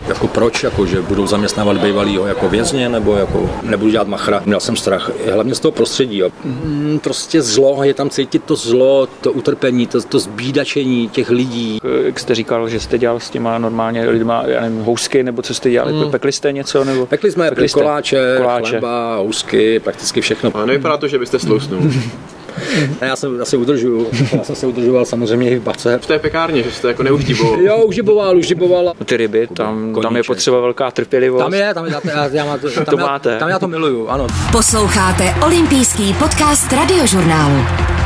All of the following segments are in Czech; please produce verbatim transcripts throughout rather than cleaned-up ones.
Jako proč, jako, že budou zaměstnávat bývalýho jako vězně, nebo jako nebudu dělat machra. Měl jsem strach, hlavně z toho prostředí. Jo. Mm, prostě zlo, je tam cítit to zlo, to utrpení, to, to zbídačení těch lidí. Jak jste říkal, že jste dělal s těma normálně lidma, já nevím, housky, nebo co jste dělali, mm. pekli jste něco? Nebo... Pekli jsme pekli jste? koláče, koláče, chleba, housky, prakticky všechno. A nevypadá to, že byste slousnul. Já jsem asi udržuju, já jsem se udržoval samozřejmě i v bace. V té pekárně, že jste jako neuždiboval. Jo, uždiboval, uždiboval. Ty ryby, tam, tam je potřeba velká trpělivost. Tam je, tam je, já, já, já to, tam, to já, máte. Tam já to miluju, ano. Posloucháte olympijský podcast Radiožurnálu.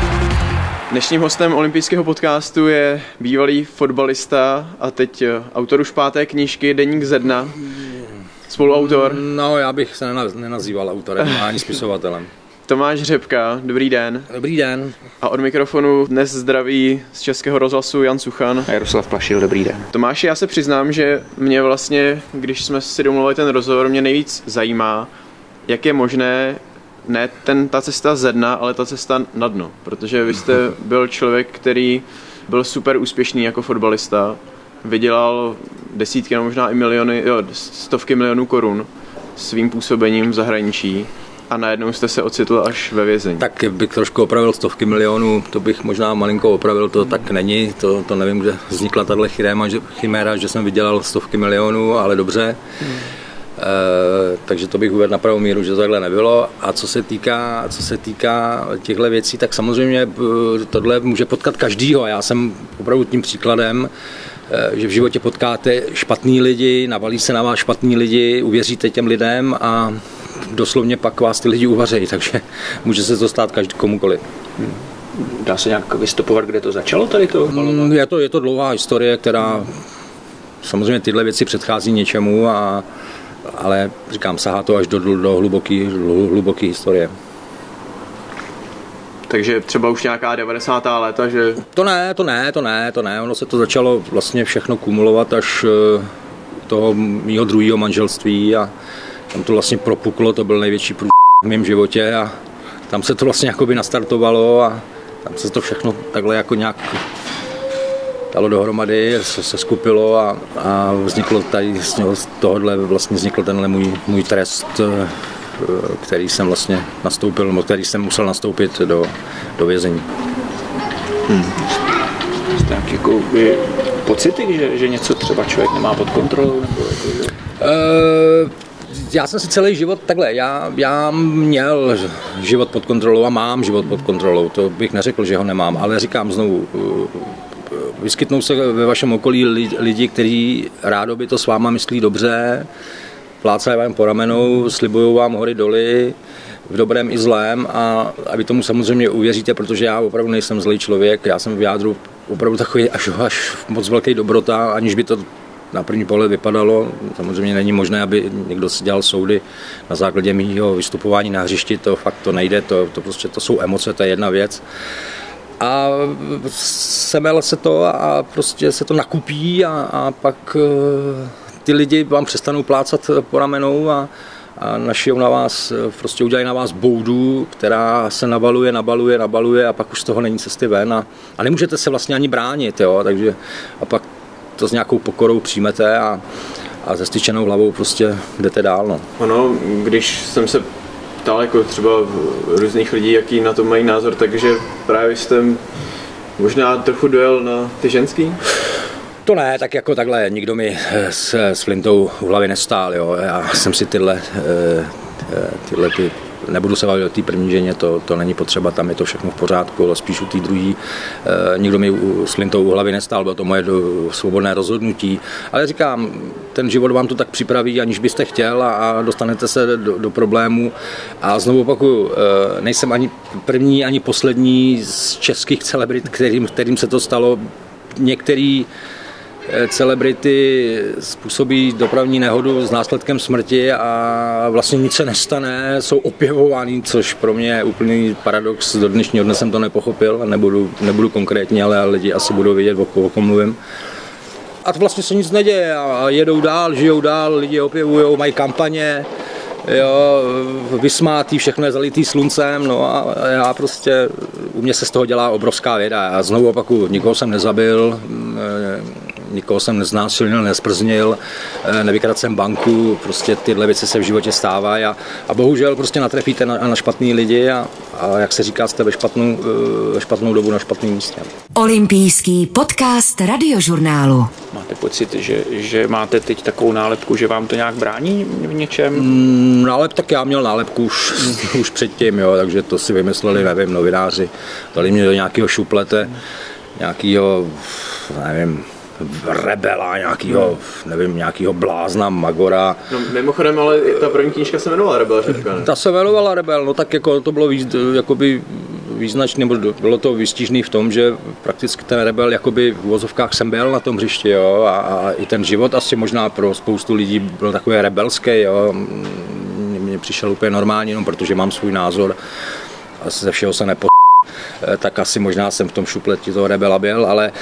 Dnešním hostem olympijského podcastu je bývalý fotbalista a teď autor už páté knížky Deník ze dna. Spoluautor. No, já bych se nenazýval autorem, ani spisovatelem. Tomáš Řepka, dobrý den. Dobrý den. A od mikrofonu dnes zdraví z Českého rozhlasu Jan Suchan. A Jaroslav Plašil, dobrý den. Tomáši, já se přiznám, že mě vlastně, když jsme si domluvili ten rozhovor, mě nejvíc zajímá, jak je možné ne ten, ta cesta ze dna, ale ta cesta na dno. Protože vy jste byl člověk, který byl super úspěšný jako fotbalista, vydělal desítky, no možná i miliony, jo, stovky milionů korun svým působením v zahraničí. A najednou jste se ocitl až ve vězení. Tak bych trošku opravil stovky milionů, to bych možná malinko opravil, to tak není, to, to nevím, kde vznikla tahle chiméra, že jsem vydělal stovky milionů, ale dobře. Hmm. E, takže to bych uvedl na pravou míru, že to takhle nebylo. A co se týká, co se týká těchto věcí, tak samozřejmě tohle může potkat každýho. Já jsem opravdu tím příkladem, že v životě potkáte špatný lidi, navalí se na vás špatný lidi, uvěříte těm lidem a doslovně pak vás ty lidi uvařejí, takže může se to stát každý, komukoliv. Hmm. Dá se nějak vystupovat, kde to začalo tady to? Hmm, je to, je to dlouhá historie, která hmm. samozřejmě tyhle věci předchází něčemu, a, ale říkám, sahá to až do, do hluboké hluboký historie. Takže třeba už nějaká devadesátá léta, že... To ne, to ne, to ne, to ne. Ono se to začalo vlastně všechno kumulovat až toho mýho druhého manželství a tam to vlastně propuklo, to byl největší průšvih v mém životě a tam se to vlastně jakoby nastartovalo a tam se to všechno takhle jako nějak dalo dohromady, se, se skupilo a, a vzniklo tady z tohohle vlastně vznikl tenhle můj, můj trest, který jsem vlastně nastoupil, který jsem musel nastoupit do, do vězení. Hmm. Jste nějaký jako by pocity, že, že něco třeba člověk nemá pod kontrolou? Nebo jako, že... uh, Já jsem si celý život takhle, já, já měl život pod kontrolou a mám život pod kontrolou, to bych neřekl, že ho nemám, ale říkám znovu, vyskytnou se ve vašem okolí lidi, kteří rádoby to s váma myslí dobře, plácají vám po ramenou, slibují vám hory doly, v dobrém i zlém a, a vy tomu samozřejmě uvěříte, protože já opravdu nejsem zlý člověk, já jsem v jádru opravdu takový až, až moc velký dobrota, aniž by to na první pohled vypadalo. Samozřejmě není možné, aby někdo si dělal soudy na základě mýho vystupování na hřišti, to fakt to nejde, to, to prostě to jsou emoce, to je jedna věc. A semele se to a prostě se to nakupí a, a pak ty lidi vám přestanou plácat po ramenou a, a našijou na vás, prostě udělají na vás boudu, která se nabaluje, nabaluje, nabaluje a pak už z toho není cesty ven a, a nemůžete se vlastně ani bránit, jo, takže a pak to s nějakou pokorou přijmete a, a se styčenou hlavou prostě jdete dál. No. Ono, když jsem se ptal jako třeba různých lidí, jaký na to mají názor, takže právě jste možná trochu dojel na ty ženský? To ne, tak jako takhle, nikdo mi s, s flintou v hlavě nestál, jo. Já jsem si tyhle, tyhle ty, nebudu se bavit o té první ženě, to, to není potřeba, tam je to všechno v pořádku, ale spíš u té druhé. Nikdo mi s flintou u hlavy nestál, bylo to moje svobodné rozhodnutí. Ale říkám, ten život vám to tak připraví, aniž byste chtěl a, a dostanete se do, do problémů. A znovu opakuju, nejsem ani první, ani poslední z českých celebrit, kterým, kterým se to stalo. Některý celebrity způsobí dopravní nehodu s následkem smrti a vlastně nic se nestane, jsou opěvovány, což pro mě je úplný paradox. Do dnešního dne jsem to nepochopil, nebudu, nebudu konkrétní, ale lidi asi budou vědět, o kom mluvím. A vlastně se nic neděje a jedou dál, žijou dál, lidi opěvujou, mají kampaně, jo, vysmátý, všechno je zalitý sluncem, no a já prostě, u mě se z toho dělá obrovská věda. Já znovu opakuju, nikoho jsem nezabil, nikoho jsem neznásilnil, nesprznil, nevykradl jsem banku, prostě tyhle věci se v životě stávají a, a bohužel prostě natrefíte na, na špatný lidi a, a jak se říká, jste ve špatnou, špatnou dobu na špatném místě. Olympijský podcast Radiožurnálu. Máte pocit, že, že máte teď takovou nálepku, že vám to nějak brání v něčem? Mm, nálep, tak já měl nálepku už, už předtím, jo, takže to si vymysleli, nevím, novináři, dali mě do nějakého šuplete, nějakého, nevím, rebela, nějakého, nevím, nějakého blázna, magora. No mimochodem, ale ta první knížka se jmenovala Rebel, že říká, ne? Ta se jmenovala Rebel, no tak jako to bylo víc, jakoby význačné, nebo bylo to výstižný v tom, že prakticky ten rebel jakoby v uvozovkách jsem byl na tom hřišti, jo, a, a i ten život asi možná pro spoustu lidí byl takový rebelský, jo. Mně přišel úplně normální, no, protože mám svůj názor a ze všeho se nepo... tak asi možná jsem v tom šupletě toho rebela byl, ale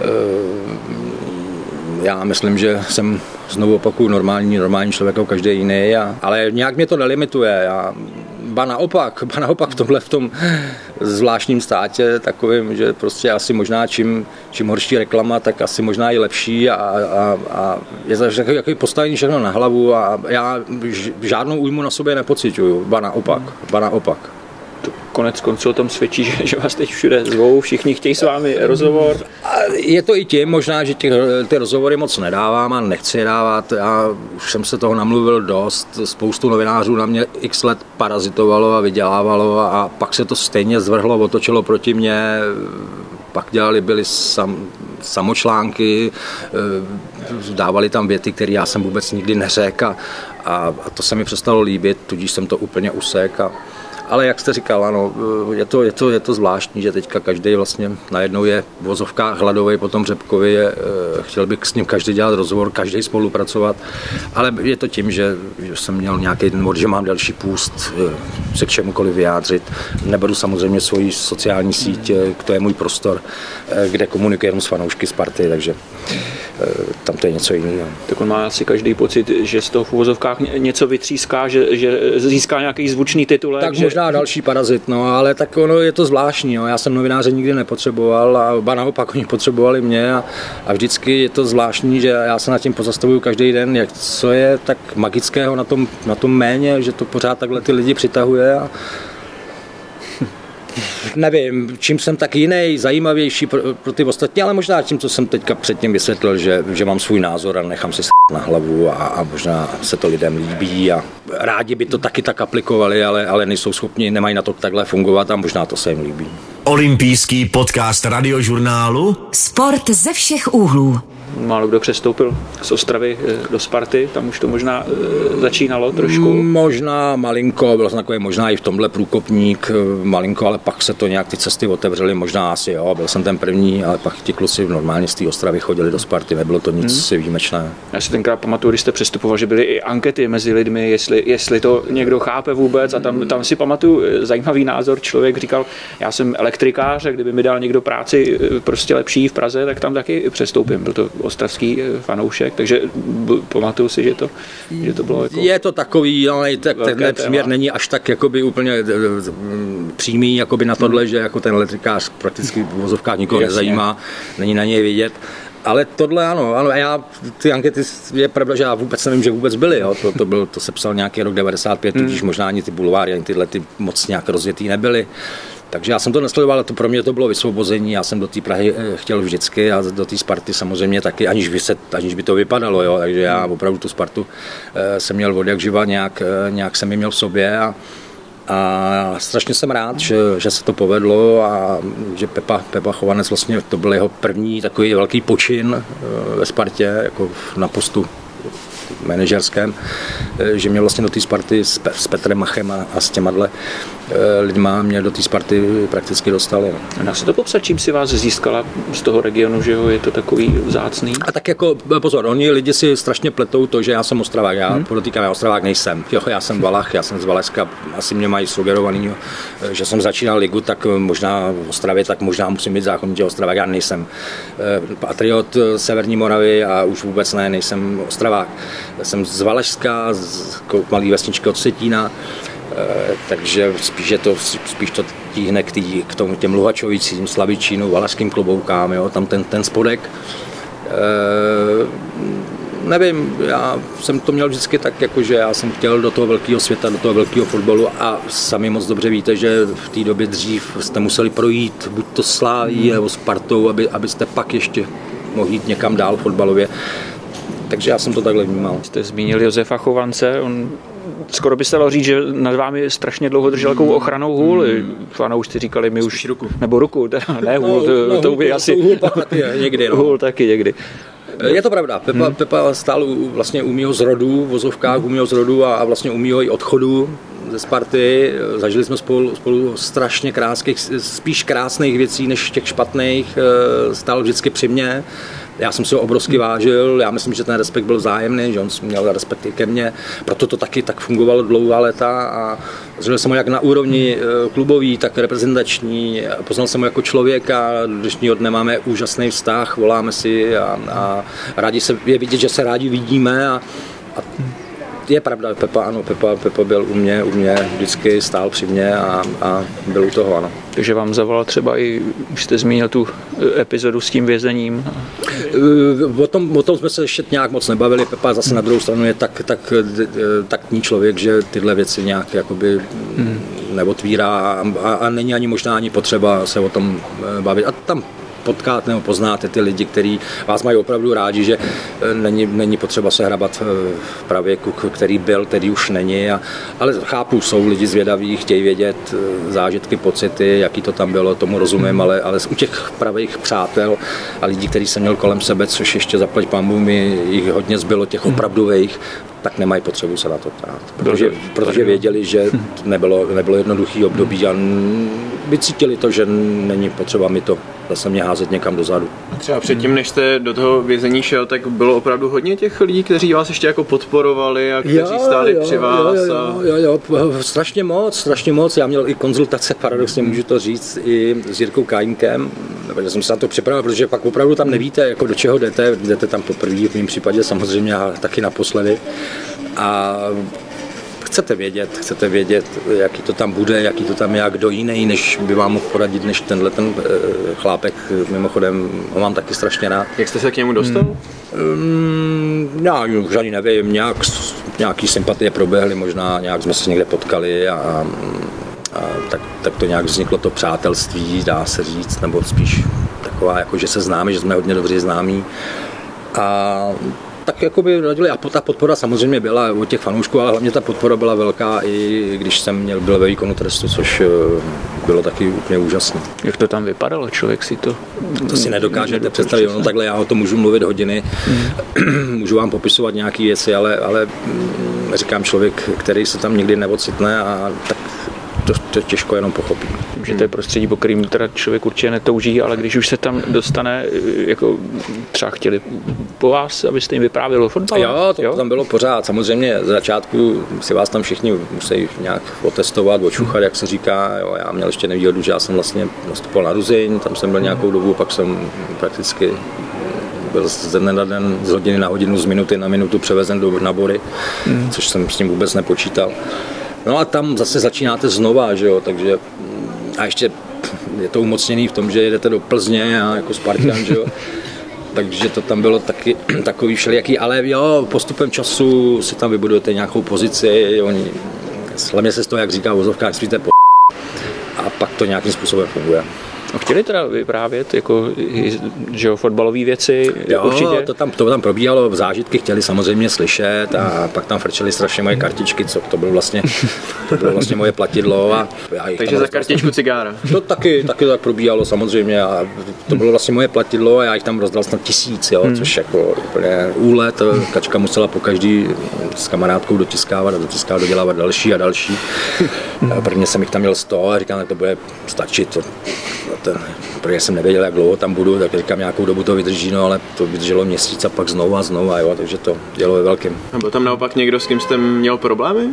já myslím, že jsem znovu opakuju normální, normální člověk jako každý jiný, a, ale nějak mě to nelimituje. Já, ba naopak, ba naopak v tomhle v tom zvláštním státě takovým, že prostě asi možná čím, čím horší reklama, tak asi možná i lepší a, a, a je to takový postavení všechno na hlavu a já žádnou újmu na sobě nepociťuju, ba naopak, ba naopak. Konec konců o tom svědčí, že, že vás teď všude zvou, všichni chtějí s vámi rozhovor. A je to i tím, možná, že ty, ty rozhovory moc nedávám a nechci je dávat. Já už jsem se toho namluvil dost, spoustu novinářů na mě x let parazitovalo a vydělávalo a pak se to stejně zvrhlo, otočilo proti mně. Pak dělali, byly sam, samočlánky, dávali tam věty, které já jsem vůbec nikdy neřekl a, a to se mi přestalo líbit, tudíž jsem to úplně usek. A, ale jak jste říkal, ano, je to, je to, je to zvláštní, že teďka každý vlastně najednou je v vozovkách hladový, potom řepkový, je, chtěl bych s ním každý dělat rozhovor, každý spolupracovat, ale je to tím, že, že jsem měl nějaký den, že mám další půst, se k čemukoliv vyjádřit. Neberu samozřejmě svoji sociální síť, to je můj prostor, kde komunikujeme s fanoušky Sparty, takže tam to je něco jiného. Tak on má asi každý pocit, že z toho v uvozovkách něco vytříská, že, že získá nějaký zvučný titulek. Tak že... možná další parazit, no, ale tak ono je to zvláštní. No. Já jsem novináře nikdy nepotřeboval a ba naopak oni potřebovali mě a, a vždycky je to zvláštní, že já se nad tím pozastavuju každý den, jak, co je tak magického na tom, na tom méně, že to pořád takhle ty lidi přitahuje a nevím, čím jsem tak jiný, zajímavější pro, pro ty ostatní, ale možná tím, co jsem teďka předtím vysvětlil, že, že mám svůj názor a nechám si na hlavu a, a možná se to lidem líbí a rádi by to taky tak aplikovali, ale, ale nejsou schopni, nemají na to takhle fungovat a možná to se jim líbí. Olympijský podcast Radiožurnálu. Sport ze všech úhlů. Málo kdo přestoupil z Ostravy do Sparty, tam už to možná e, začínalo trošku. Možná malinko, byl jsem takový možná i v tomhle průkopník, malinko, ale pak se to nějak ty cesty otevřely, možná asi jo, byl jsem ten první, ale pak ti kluci normálně z té Ostravy chodili do Sparty, nebylo to nic hmm. výjimečného. Já si tenkrát pamatuju, když jste přestupoval, že byly i ankety mezi lidmi, jestli, jestli to někdo chápe vůbec a tam, tam si pamatuju zajímavý názor, člověk říkal, já jsem elektrikář a kdyby mi dal někdo práci prostě lepší v Praze, tak tam taky přestoupím, byl to ostravský fanoušek, takže pamatuju si, že to, že to bylo jako... Je to takový, ale tak, ten příměr není až tak jakoby úplně přímý jakoby na tohle, že jako ten elektrikář prakticky v vozovkách nikoho Jasně. nezajímá, není na něj vidět. Ale tohle ano, ano, já ty ankety je pravda, že já vůbec nevím, že vůbec byly, jo. To, to, byl, to se psal nějaký rok devadesát pět, tudíž hmm. možná ani ty bulváry, ani tyhle ty moc nějak rozjetý nebyly. Takže já jsem to nesledoval, to pro mě to bylo vysvobození, já jsem do té Prahy chtěl vždycky a do té Sparty samozřejmě taky, aniž by, se, aniž by to vypadalo, jo. Takže já opravdu tu Spartu jsem měl od jak živa, nějak, nějak jsem ji měl v sobě a A strašně jsem rád, že, že se to povedlo a že Pepa, Pepa Chovanec vlastně to byl jeho první takový velký počin ve Spartě, jako na postu manažerském, že mě vlastně do té Sparty s, Pe- s Petrem Machem a, a s těmadle lidma mě do té Sparty prakticky dostali. No. Dá se to popsat, čím si vás získala z toho regionu, že jo, je to takový vzácný? A tak jako pozor, oni lidi si strašně pletou to, že já jsem Ostravák, já hmm. podotýkám, já Ostravák nejsem. Jo, já jsem Valach, já jsem z Valašska, asi mě mají sugerovaný, že jsem začínal ligu, tak možná v Ostravě, tak možná musím být zákonitě Ostravák, já nejsem patriot Severní Moravy a už vůbec ne, nejsem Ostravák. Jsem z Valašska, z malé vesničky od Setína, takže spíš, je to, spíš to tíhne k, tý, k tomu těm Luhačovicím, Slavičínu, Valašským Kloboukám, jo, tam ten, ten spodek. E, nevím, já jsem to měl vždycky tak, jakože já jsem chtěl do toho velkého světa, do toho velkého fotbalu a sami moc dobře víte, že v té době dřív jste museli projít buď to Sláví nebo Spartou, aby, abyste pak ještě mohli jít někam dál fotbalově. Takže já jsem to takhle vnímal. Jste zmínil Josefa Chovance, on skoro by se dalo říct, že nad vámi strašně dlouho držel takovou ochranou hůl. Mm. Fanoušci říkali mi už... ruku. Nebo ruku, teda, ne hůl, no, to, no, to by asi... Hůl taky někdy, no. Hůl taky někdy. Je to pravda, Pepa, hmm. Pepa stál u, vlastně u mýho zrodu, v vozovkách u mýho zrodu a, a vlastně u mýho i odchodu ze Sparty. Zažili jsme spolu, spolu strašně krásných, spíš krásných věcí než těch špatných. Stál vždycky při mně. Já jsem si ho obrovsky vážil, já myslím, že ten respekt byl vzájemný, že on měl respekt i ke mně, proto to taky tak fungovalo dlouhá léta a zažil jsem ho jak na úrovni klubový, tak reprezentační, poznal jsem ho jako člověka, dnešního dne máme úžasný vztah, voláme si a, a rádi se, je vidět, že se rádi vidíme a, a je pravda, Pepa, ano, Pepa, Pepa byl u mě, u mě, vždycky stál při mě a, a byl u toho, ano. Takže vám zavolal třeba i, už jste zmínil tu epizodu s tím vězením? O tom, o tom jsme se ještě nějak moc nebavili, Pepa zase na druhou stranu je tak, tak, taktní člověk, že tyhle věci nějak jakoby hmm. neotvírá a, a není ani možná ani potřeba se o tom bavit. A tam potkáte nebo poznáte ty lidi, kteří vás mají opravdu rádi, že není, není potřeba se hrabat v pravěku, který byl, který už není. A, ale chápu, jsou lidi zvědaví, chtějí vědět zážitky, pocity, jaký to tam bylo, tomu rozumím, ale, ale u těch pravých přátel a lidí, kteří jsem měl kolem sebe, což ještě zaplať pánbůh, mi jich hodně zbylo, těch opravdových, tak nemají potřebu se na to ptát. Protože, protože věděli, že nebylo, nebylo jednoduchý období a vycítili to, že není potřeba mi to zase mě házet někam dozadu. A třeba předtím, než jste do toho vězení šel, tak bylo opravdu hodně těch lidí, kteří vás ještě jako podporovali a kteří jo, stáli jo, při vás. Jo, jo, jo, jo, strašně moc, strašně moc. Já měl i konzultace, paradoxně můžu to říct, i s Jirkou Kájinkem, protože jsem se na to připravil, protože pak opravdu tam nevíte, jako do čeho jdete, jdete tam poprvé, v mém případě samozřejmě a taky naposledy. A chcete vědět, chcete vědět, jaký to tam bude, jaký to tam je, jak kdo jiný, než by vám mohl poradit, než tenhle ten chlápek. Mimochodem, ho mám taky strašně rád. Jak jste se k němu dostal? Hmm, já už ani nevím, nějak, nějaký sympatie proběhly, možná nějak jsme se někde potkali a, a tak, tak to nějak vzniklo to přátelství, dá se říct, nebo spíš taková, jako že se známe, že jsme hodně dobře známí. A tak jakoby radili, a ta podpora samozřejmě byla od těch fanoušků, ale hlavně ta podpora byla velká, i když jsem měl, byl ve výkonu trestu, což bylo taky úplně úžasné. Jak to tam vypadalo? Člověk si to... To si nedokážete představit, no takhle já o tom můžu mluvit hodiny, hmm. můžu vám popisovat nějaké věci, ale, ale říkám člověk, který se tam nikdy neocitne a tak to, to těžko jenom pochopí. Že to je prostředí, po kterým teda člověk určitě netouží, ale když už se tam dostane, jako třeba chtěli po vás, abyste jim vyprávěli o fotbale? Jo, to jo? Tam bylo pořád. Samozřejmě z začátku si vás tam všichni musí nějak otestovat, očuchat, jak se říká. Jo, já měl ještě nevýhodu, že já jsem vlastně nastupoval na Ruzyň, tam jsem byl nějakou dobu, pak jsem prakticky byl ze dne na den, z hodiny na hodinu, z minuty na minutu převezen do Nabory, hmm. což jsem s tím vůbec nepočítal. No a tam zase začínáte znova, že jo, takže a ještě je to umocněný v tom, že jedete do Plzně a jako Spartan, že jo. Takže to tam bylo taky takový všelijaký, ale jo, postupem času si tam vybudujete nějakou pozici, oni, hlavně se z toho, jak říká v vozovkách, spíte po a pak to nějakým způsobem funguje. A chtěli teda vyprávět, jako, že jo, fotbalové věci, jo, určitě? to tam, to tam probíhalo, zážitky chtěli samozřejmě slyšet a pak tam frčeli strašně moje kartičky, co to bylo vlastně, to bylo vlastně moje platidlo. A takže za kartičku cigára. To taky, taky tak probíhalo samozřejmě a to bylo vlastně moje platidlo a já jich tam rozdal snad tisíc, jo, hmm. což jako úplně úlet, Kačka musela po každý s kamarádkou dotiskávat a dotiskávat, dodělávat další a další. Prvně jsem jich tam měl sto a říkám, že to bude stačit. To, ten, protože jsem nevěděl, jak dlouho tam budu, tak říkám, nějakou dobu to vydrží, no ale to vydrželo měsíc a pak znovu a znovu, jo, takže to dělo ve velkém. A byl tam naopak někdo, s kým jste měl problémy?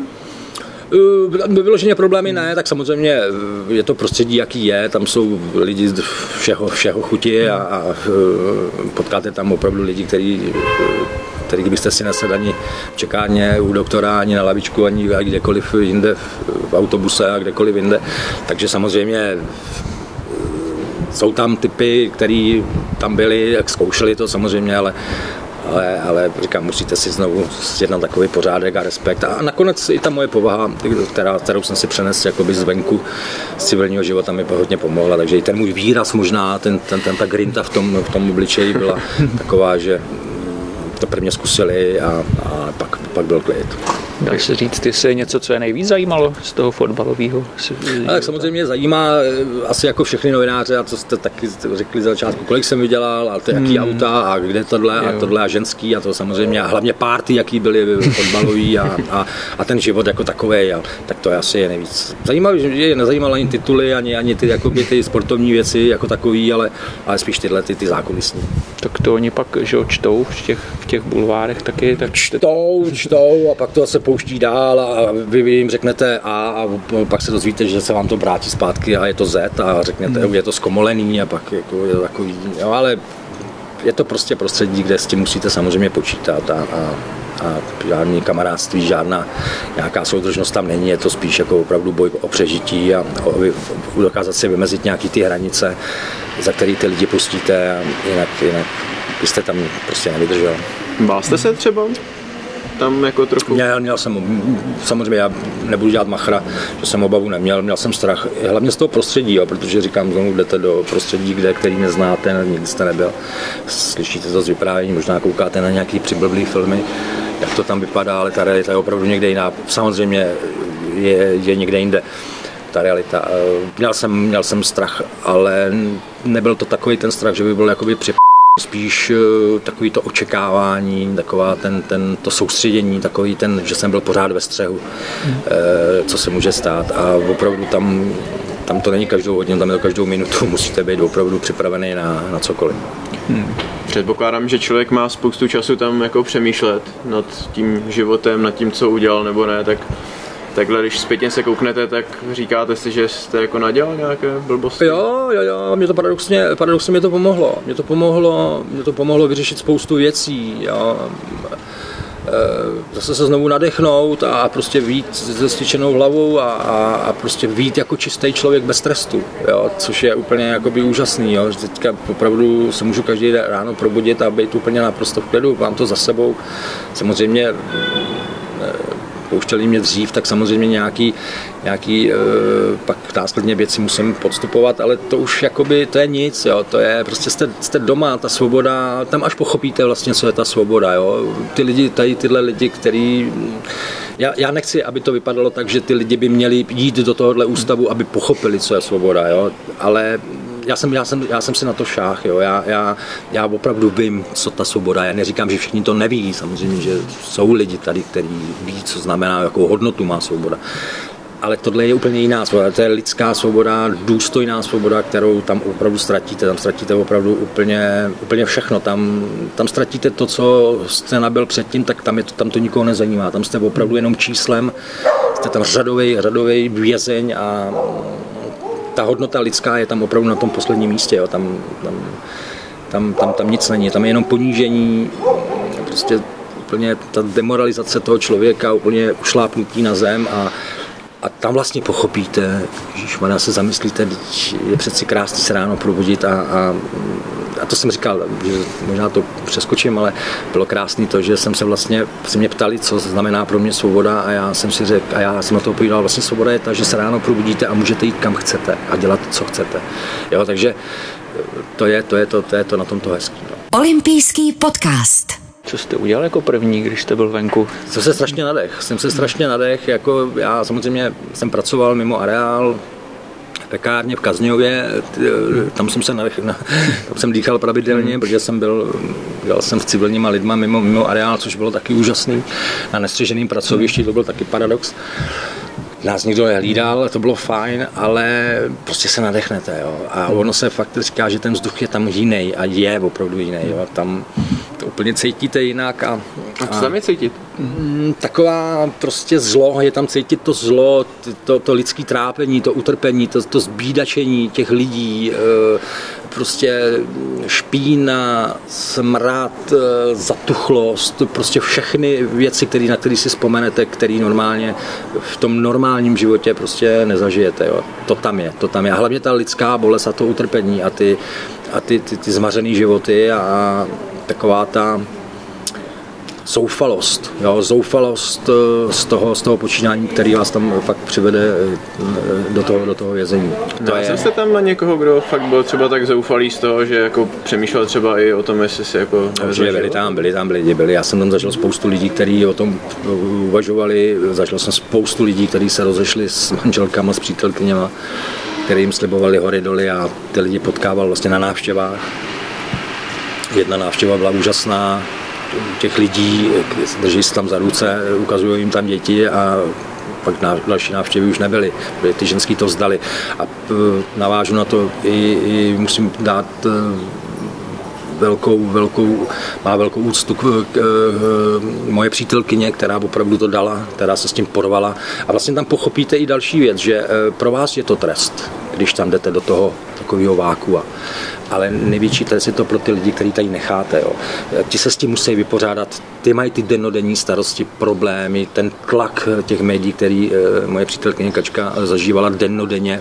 Vyloženě problémy ne, tak samozřejmě je to prostředí, jaký je, tam jsou lidi z všeho, všeho chuti a, a potkáte tam opravdu lidi, který, který byste si nesedli ani v čekárně u doktora, ani na lavičku, ani kdekoliv jinde v autobuse a kdekoliv jinde, takže samozřejmě jsou tam typy, který tam byli, jak zkoušeli to samozřejmě, ale Ale, ale říkám, musíte si znovu sjednat takový pořádek a respekt. A nakonec i ta moje povaha, která, kterou jsem si přenesl jakoby zvenku z civilního života, mi hodně pomohla. Takže i ten můj výraz možná, ten, ten, ten ta grinta v tom, v tom obličeji byla taková, že to prvně zkusili a, a pak, pak byl klid. Dá se říct, jestli něco, co je nejvíc zajímalo z toho fotbalového? Tak samozřejmě zajímá asi jako všechny novináře, a co jste taky řekli za začátku, kolik jsem vydělal a to jaký hmm. auta a kde tohle a tohle a ženský a to samozřejmě a hlavně párty, jaký byly fotbalový a, a, a ten život jako takovej, a, tak to je asi je nejvíc. Zajímavé, že je nezajímaly ani tituly, ani, ani ty, jakoby, ty sportovní věci jako takový, ale, ale spíš tyhle ty, ty zákulisní. Tak to oni pak, že čtou v těch, v těch bulvárech taky? Tak... Čtou, čtou a pak to se pouští dál a vy jim řeknete A a pak se dozvíte, že se vám to vrátí zpátky a je to Z a řeknete, hmm. je to zkomolený a pak jako je to takový, jo, ale je to prostě prostředí, kde s tím musíte samozřejmě počítat a, a, a žádný kamarádství, žádná nějaká soudržnost tam není, je to spíš jako opravdu boj o přežití a o, dokázat si vymezit nějaký ty hranice, za který ty lidi pustíte a jinak, jinak byste tam prostě nevydržel. Bál jste se třeba? Tam jako trochu... Měl, měl jsem, samozřejmě já nebudu dělat machra, že jsem obavu neměl, měl jsem strach, hlavně z toho prostředí, jo, protože říkám, znovu jdete do prostředí, kde, který neznáte, nikdy jste nebyl, slyšíte to z vyprávění, možná koukáte na nějaký přiblblý filmy, jak to tam vypadá, ale ta realita je opravdu někde jiná, samozřejmě je, je někde jinde. Ta realita. Měl jsem, měl jsem strach, ale nebyl to takový ten strach, že by byl jakoby přip... Spíš takový to očekávání, taková ten, ten, to soustředění, takový ten, že jsem byl pořád ve střehu, hmm. co se může stát a opravdu tam, tam to není každou hodinu, tam je to každou minutu, musíte být opravdu připravený na, na cokoliv. Hmm. Předpokládám, že člověk má spoustu času tam jako přemýšlet nad tím životem, nad tím, co udělal nebo ne, tak takhle, když zpětně se kouknete, tak říkáte si, že jste jako nadělal nějaké blbosti? Jo, jo, jo, mě to paradoxně, paradoxně mě to pomohlo. Mě to pomohlo, mě to pomohlo vyřešit spoustu věcí, jo. Zase se znovu nadechnout a prostě vyjít se styčenou hlavou a, a, a prostě vyjít jako čistý člověk bez trestu, jo, což je úplně jakoby úžasný, jo. Teďka opravdu se můžu každý ráno probudit a být úplně naprosto v klidu, mám to za sebou. Samozřejmě pouštěli mě dřív, tak samozřejmě nějaký, nějaký e, pak následně věci musím podstupovat, ale to už jakoby, to je nic, jo, to je, prostě jste, jste doma, ta svoboda, tam až pochopíte vlastně, co je ta svoboda, jo, ty lidi, tady tyhle lidi, který, já, já nechci, aby to vypadalo tak, že ty lidi by měli jít do tohohle ústavu, aby pochopili, co je svoboda, jo, ale Já jsem, já, jsem, já jsem si na to šáh, jo. Já, já, já opravdu vím, co ta svoboda je. Já neříkám, že všichni to neví, samozřejmě, že jsou lidi tady, kteří ví, co znamená, jakou hodnotu má svoboda. Ale tohle je úplně jiná svoboda. To je lidská svoboda, důstojná svoboda, kterou tam opravdu ztratíte. Tam ztratíte opravdu úplně, úplně všechno. Tam, tam ztratíte to, co jste nabyl předtím, tak tam, je to, tam to nikoho nezajímá. Tam jste opravdu jenom číslem, jste tam řadovej, řadovej vězeň a ta hodnota lidská je tam opravdu na tom posledním místě, jo. Tam, tam, tam, tam, tam nic není, tam je jenom ponížení, prostě úplně ta demoralizace toho člověka, úplně ušlápnutí na zem a, a tam vlastně pochopíte, ježišmarja, se zamyslíte, je přeci krásný se ráno probudit a, a, a to jsem říkal, že možná to přeskočím, ale bylo krásný to, že jsem se vlastně, se mě ptali, co znamená pro mě svoboda a já jsem si řekl, a já jsem na to odpovídal, vlastně svoboda je ta, že se ráno probudíte a můžete jít kam chcete a dělat, co chcete. Jo, takže to je to, je to, to, je to na tomto hezký. No. Olympijský podcast. Co jste udělal jako první, když jste byl venku? Jsem se strašně nadech, jsem se strašně nadech, jako já samozřejmě jsem pracoval mimo areál, pekárně v Kazňově, tam jsem se nadech, tam jsem dýchal pravidelně, protože jsem byl, dělal jsem v civilníma lidma mimo, mimo areál, což bylo taky úžasný, na nestřeženém pracovišti, to byl taky paradox. Nás nikdo nehlídal, to bylo fajn, ale prostě se nadechnete, jo. A ono se fakt říká, že ten vzduch je tam jiný a je opravdu jiný, jo. Tam to úplně cítíte jinak a... A co tam je cítit? Taková prostě zlo, je tam cítit to zlo, to, to lidské trápení, to utrpení, to, to zbídačení těch lidí, prostě špína, smrad, zatuchlost, prostě všechny věci, který, na které si vzpomenete, které normálně v tom normálním životě prostě nezažijete. Jo. To tam je, to tam je. A hlavně ta lidská bolest a to utrpení a ty, a ty, ty, ty zmařený životy a taková ta zoufalost, jo, zoufalost z toho, z toho počínání, který vás tam fakt přivede do toho, do toho vězení. To no, je... Jste tam na někoho, kdo fakt byl třeba tak zoufalý z toho, že jako přemýšlel třeba i o tom, jestli si jako nevyzle byli tam, byli tam lidi, byli. Já jsem tam zažil spoustu lidí, kteří o tom uvažovali, zažil jsem spoustu lidí, kteří se rozešli s manželkama, s přítelkyněma, který jim slibovali hory doly a ty lidi potkával vlastně na návštěvách. Jedna návštěva byla úžasná, těch lidí, drží se tam za ruce, ukazují jim tam děti a pak další návštěvy už nebyly, protože ty ženský to vzdali. A navážu na to i, i musím dát velkou, velkou, má velkou úctu k, k, k, moje přítelkyně, která opravdu to dala, která se s tím porvala. A vlastně tam pochopíte i další věc, že pro vás je to trest, když tam jdete do toho takového vákua. Ale největší trest je to pro ty lidi, kteří tady necháte. Jo. Ti se s tím musí vypořádat, ty mají ty dennodenní starosti, problémy, ten tlak těch médií, který moje přítelkyně Kačka zažívala dennodenně.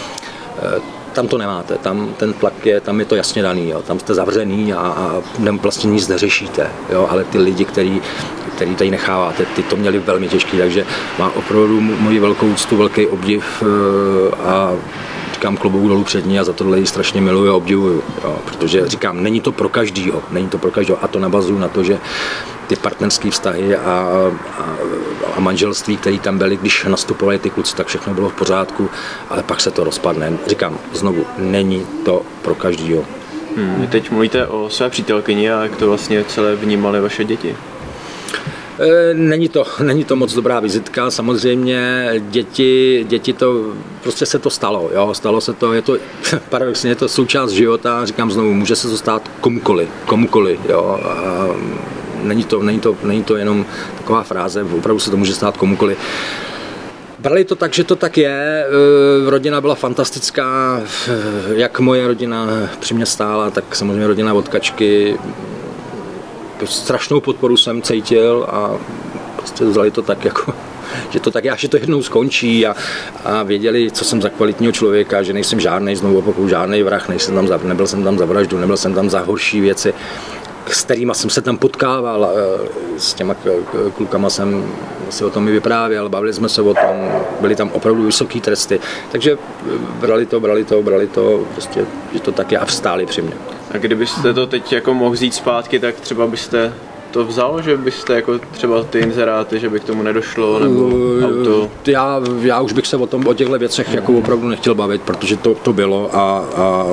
Tam to nemáte, tam ten tlak je, tam je to jasně daný, jo. Tam jste zavřený a, a vlastně nic neřešíte, jo. Ale ty lidi, který, který tady necháváte, ty to měli velmi těžký, takže má opravdu moji velkou úctu, velký obdiv a říkám klobouk dolů před ní a za tohle ji strašně miluju a obdivuju, jo. Protože říkám, není to pro každýho, není to pro každýho a to navazuju na to, že ty partnerské vztahy a, a, a manželství, které tam byly, když nastupovali ty kluci, tak všechno bylo v pořádku, ale pak se to rozpadne. Říkám znovu, není to pro každýho. Hmm, teď mluvíte o své přítelkyni a jak to vlastně celé vnímaly vaše děti? Není to, není to moc dobrá vizitka, samozřejmě děti, děti to, prostě se to stalo, jo, stalo se to, je to, paradoxně je to součást života, říkám znovu, může se to stát komukoli, komukoli, jo, a není to, není to, není to jenom taková fráze, opravdu se to může stát komukoli. Brali to tak, že to tak je, rodina byla fantastická, jak moje rodina při mě stála, tak samozřejmě rodina od Kačky. Strašnou podporu jsem cítil a prostě vzali to tak, jako, že to tak, že to jednou skončí a, a věděli, co jsem za kvalitního člověka, že nejsem žádnej, znovu opakuju, žádnej vrah, nejsem tam za, nebyl jsem tam za vraždu, nebyl jsem tam za horší věci, s kterýma jsem se tam potkával, s těma klukama jsem si o tom i vyprávěl, bavili jsme se o tom, byly tam opravdu vysoký tresty, takže brali to, brali to, brali to, prostě, že to tak je a vstáli při mě. A kdybyste to teď jako mohl vzít zpátky, tak třeba byste to vzal, že byste jako třeba ty inzeráty, že by k tomu nedošlo, nebo uh, auto? Já, já už bych se o tom, o těchto věcech jako opravdu nechtěl bavit, protože to, to bylo a, a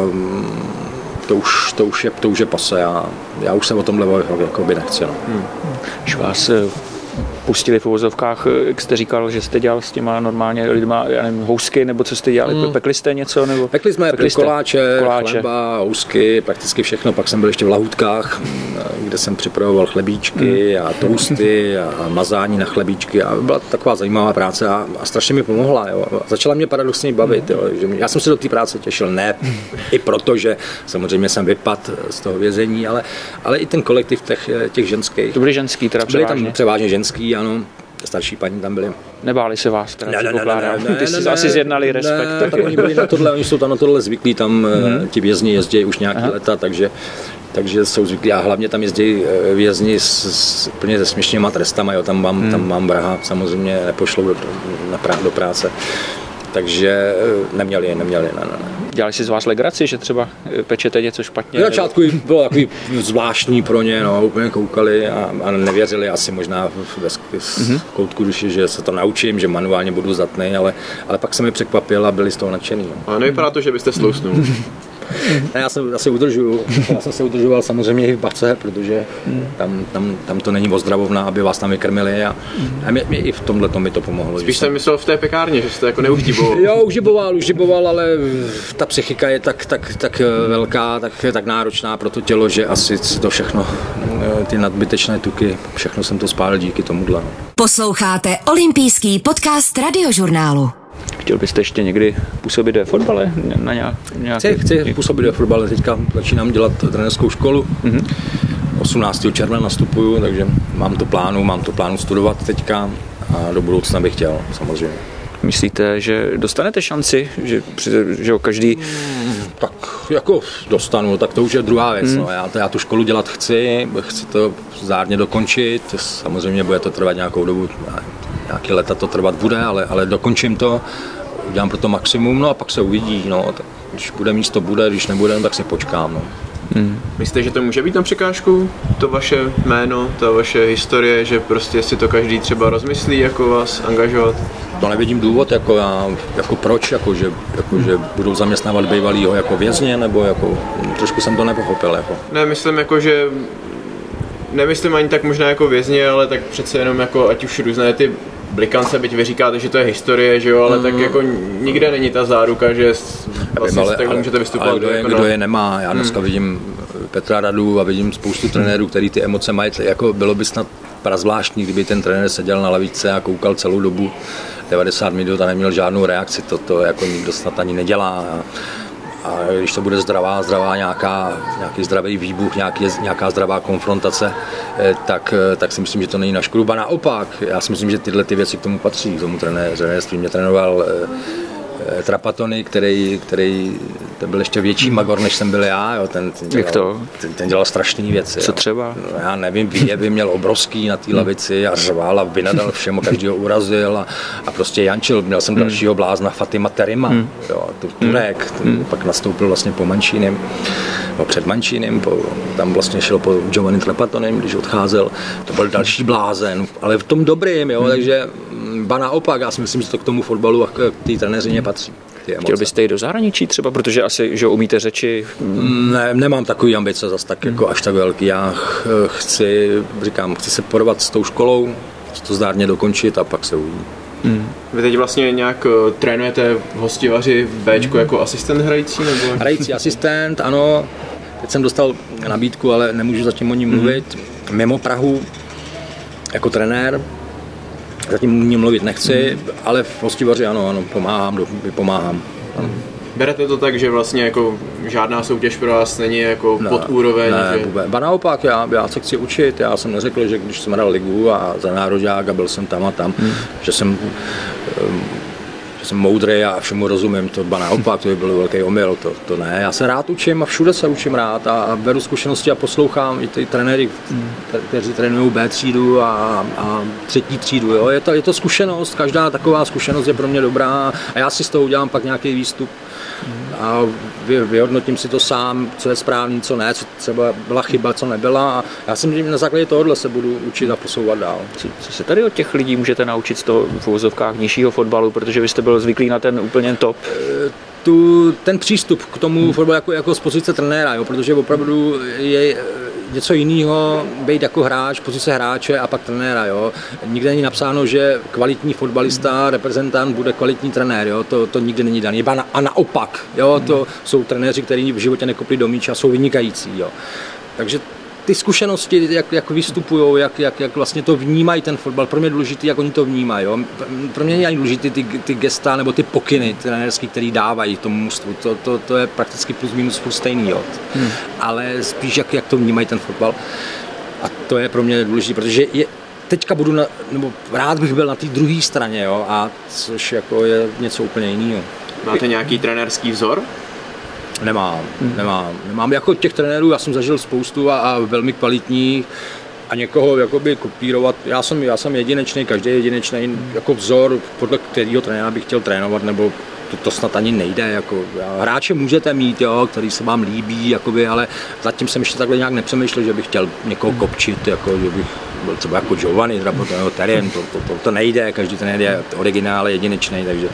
to, už, to, už je, to už je pase a já už se o tomhle jako by nechci. No. Hmm. Když vás pustili v uvozovkách, jak jste říkal, že jste dělal s těma normálně lidma, já nevím, housky, nebo co jste dělali, hmm. pekli jste něco? Nebo? Pekli jsme pekli koláče, koláče, chleba, housky, prakticky všechno, pak jsem byl ještě v lahůdkách, kde jsem připravoval chlebíčky hmm. a tousty a mazání na chlebíčky a byla taková zajímavá práce a, a strašně mi pomohla. Jo. Začala mě paradoxně bavit, jo. Že já jsem se do té práce těšil, ne i proto, že samozřejmě jsem vypadl z toho vězení, ale, ale i ten kolektiv těch, těch ženských. To byly ženský, teda převážně? Byly tam převážně ženský, ano. Starší paní tam byly. Nebáli se vás? Teda ne, ne, ne, ne, ne, Ty jsi ne, asi zjednali respekt. Ne, tak oni byli na tohle, oni jsou tam na tohle zvyklí, tam hmm. ti vězni jezdí už nějaký Aha. leta, takže, takže jsou zvyklí. A hlavně tam jezdí vězni s, s úplně se směšnýma trestama, jo, tam mám, hmm. tam mám vraha, samozřejmě nepošlou do, na prá, do práce. Takže neměli, neměli, ne, ne, ne. Dělali si z vás legraci, že třeba pečete něco špatně? Na začátku nebo... bylo takový zvláštní pro ně, no, úplně koukali a, a nevěřili asi možná ve mm-hmm. koutku duši, že se to naučím, že manuálně budu zdatný, ale, ale pak se mi překvapil a byli z toho nadšený. No. Ale nevypadá to, že byste slousnul. Já se asi udržuju. Já jsem se udržoval samozřejmě i v bace, protože tam, tam, tam to není ozdravovna, aby vás tam vykrmili a, a mě, mě i v tomhle to mi to pomohlo. Spíš jsem myslel v té pekárně, že jste jako neuždiboval. Jo, uždiboval, uždiboval, ale ta psychika je tak, tak, tak velká, tak, tak náročná pro to tělo, že asi si to všechno, ty nadbytečné tuky, všechno jsem to spálil díky tomuhle. Posloucháte olympijský podcast Radiožurnálu. Chtěl byste ještě někdy působit ve fotbale? Na nějak, nějaký... Chci, chci působit ve fotbale, teďka začínám dělat trenérskou školu. Mm-hmm. osmnáctého června nastupuju, takže mám to plánu, mám to plánu studovat teďka a do budoucna bych chtěl, samozřejmě. Myslíte, že dostanete šanci, že, že každý... Hmm, tak jako dostanu, tak to už je druhá věc. Hmm. No. Já, to, já tu školu dělat chci, chci to zdárně dokončit, samozřejmě bude to trvat nějakou dobu, nějaký leta to trvat bude, ale, ale dokončím to, udělám pro to maximum, no a pak se uvidí, no. Tak, když bude místo, bude, když nebude, no, tak si počkám. No. Hmm. Myslíte, že to může být na překážku, to vaše jméno, ta vaše historie, že prostě si to každý třeba rozmyslí, jako vás angažovat? To nevidím důvod, jako, já, jako proč, jako, že, jako, že budou zaměstnávat bývalýho jako vězně, nebo jako, trošku jsem to nepochopil. Jako. Ne, myslím jako, že nemyslím ani tak možná jako vězně, ale tak přece jenom jako, ať už různé ty blikance, byť vy říkáte, že to je historie, že jo, ale mm. tak jako nikde není ta záruka, že vlastně ale, takhle můžete vystupovat. Ale kdo je, jako kdo je nemá, já dneska mm. vidím Petra Radu a vidím spoustu trenérů, který ty emoce mají, jako bylo by snad prazvláštní, kdyby ten trenér seděl na lavičce a koukal celou dobu devadesát minut a neměl žádnou reakci, to, to jako nikdo snad ani nedělá. A, a když to bude zdravá, zdravá nějaká, nějaký zdravý výbuch, nějaký, nějaká zdravá konfrontace, tak, tak si myslím, že to není na škodu. Ba naopak, já si myslím, že tyhle ty věci k tomu patří, k tomu trenérství. Mě trénoval Trapattoni, který, který to byl ještě větší magor, než jsem byl já. Jo. Ten, ten, dělal, Jak to? Ten, ten dělal strašné věci. Co jo. třeba? No, já nevím, výjevy měl obrovský na té lavici a řval a vynadal všemu, každýho urazil a, a prostě jančil. Měl jsem dalšího blázna Fatima Terima, hmm. jo, Turek, hmm. pak nastoupil vlastně po Mancínim, no, před Mancínim, po, tam vlastně šel po Giovanni Trapattonim, když odcházel. To byl další blázen, ale v tom dobrým, jo, hmm. takže ba naopak, já si myslím, že to k tomu fotbalu a k té trenéřině patří. Chtěl byste jít do zahraničí třeba, protože asi, že umíte řeči? Ne, nemám takový ambice zase tak, jako až tak velký. Já chci, říkám, chci se porovat s tou školou, chci to zdárně dokončit a pak se uvidí. Hmm. Vy teď vlastně nějak uh, trénujete v Hostivaři v Béčku hmm. jako asistent hrající? Nebo? Hrající asistent, ano. Teď jsem dostal nabídku, ale nemůžu zatím o ní mluvit. Hmm. Mimo Prahu jako trenér. Zatím o ní mluvit nechci, hmm. ale v Hostivaři ano, ano, pomáhám, vypomáhám. Ano. Berete to tak, že vlastně jako žádná soutěž pro vás není jako ne, pod úroveň? Ne, že... vůbec. Ba naopak, já, já se chci učit, já jsem neřekl, že když jsem hrál ligu a za nároďák a byl jsem tam a tam, hmm. že jsem um, že jsem moudrý a všemu rozumím, to ba naopak, to by byl velký omyl, to, to ne. Já se rád učím a všude se učím rád a, a beru zkušenosti a poslouchám i ty trenéry, hmm. kteří trénují B třídu a, a třetí třídu. Jo. Je, to, je to zkušenost, každá taková zkušenost je pro mě dobrá a já si z toho udělám pak nějaký výstup. A vy, vyhodnotím si to sám, co je správný, co ne, co třeba byla chyba, co nebyla a já si myslím, že na základě tohohle se budu učit a posouvat dál. Co, co se tady od těch lidí můžete naučit z toho v uvozovkách nižšího fotbalu, protože vy jste byl zvyklý na ten úplně top? Tu, ten přístup k tomu hmm. fotbalu jako, jako z pozice trenéra, jo, protože opravdu je něco jiného být jako hráč, pozice hráče a pak trenéra. Jo. Nikde není napsáno, že kvalitní fotbalista, reprezentant bude kvalitní trenér. Jo. To, to nikdy není daný. A naopak, jo, to jsou trenéři, kteří v životě nekopli do míče a jsou vynikající. Jo. Takže ty zkušenosti, jak, jak vystupují, jak, jak, jak vlastně to vnímají ten fotbal, pro mě je důležité, jak oni to vnímají. Jo. Pro mě není ani důležité ty, ty gesta nebo ty pokyny trenérský, který dávají tomu mužstvu. To, to, to je prakticky plus minus furt stejný. Jo. Hmm. Ale spíš, jak, jak to vnímají ten fotbal. A to je pro mě důležité, protože je, teďka budu, na, nebo rád bych byl na té druhé straně, jo, a což jako je něco úplně jiného. Máte nějaký trenérský vzor? Nemám, nemám, nemám. Jako těch trenérů já jsem zažil spoustu a, a velmi kvalitních a někoho jakoby kopírovat. Já jsem, já jsem jedinečný, každý je jedinečný jako vzor, podle kterého trenéra bych chtěl trénovat, nebo to, to snad ani nejde. Jako, hráče můžete mít, jo, který se vám líbí, jakoby, ale zatím jsem ještě takhle nějak nepřemýšlel, že bych chtěl někoho kopčit, jako, že bych byl třeba jako Giovanni, nebo Terem, to, to, to, to nejde, každý trenér je originál, jedinečný, takže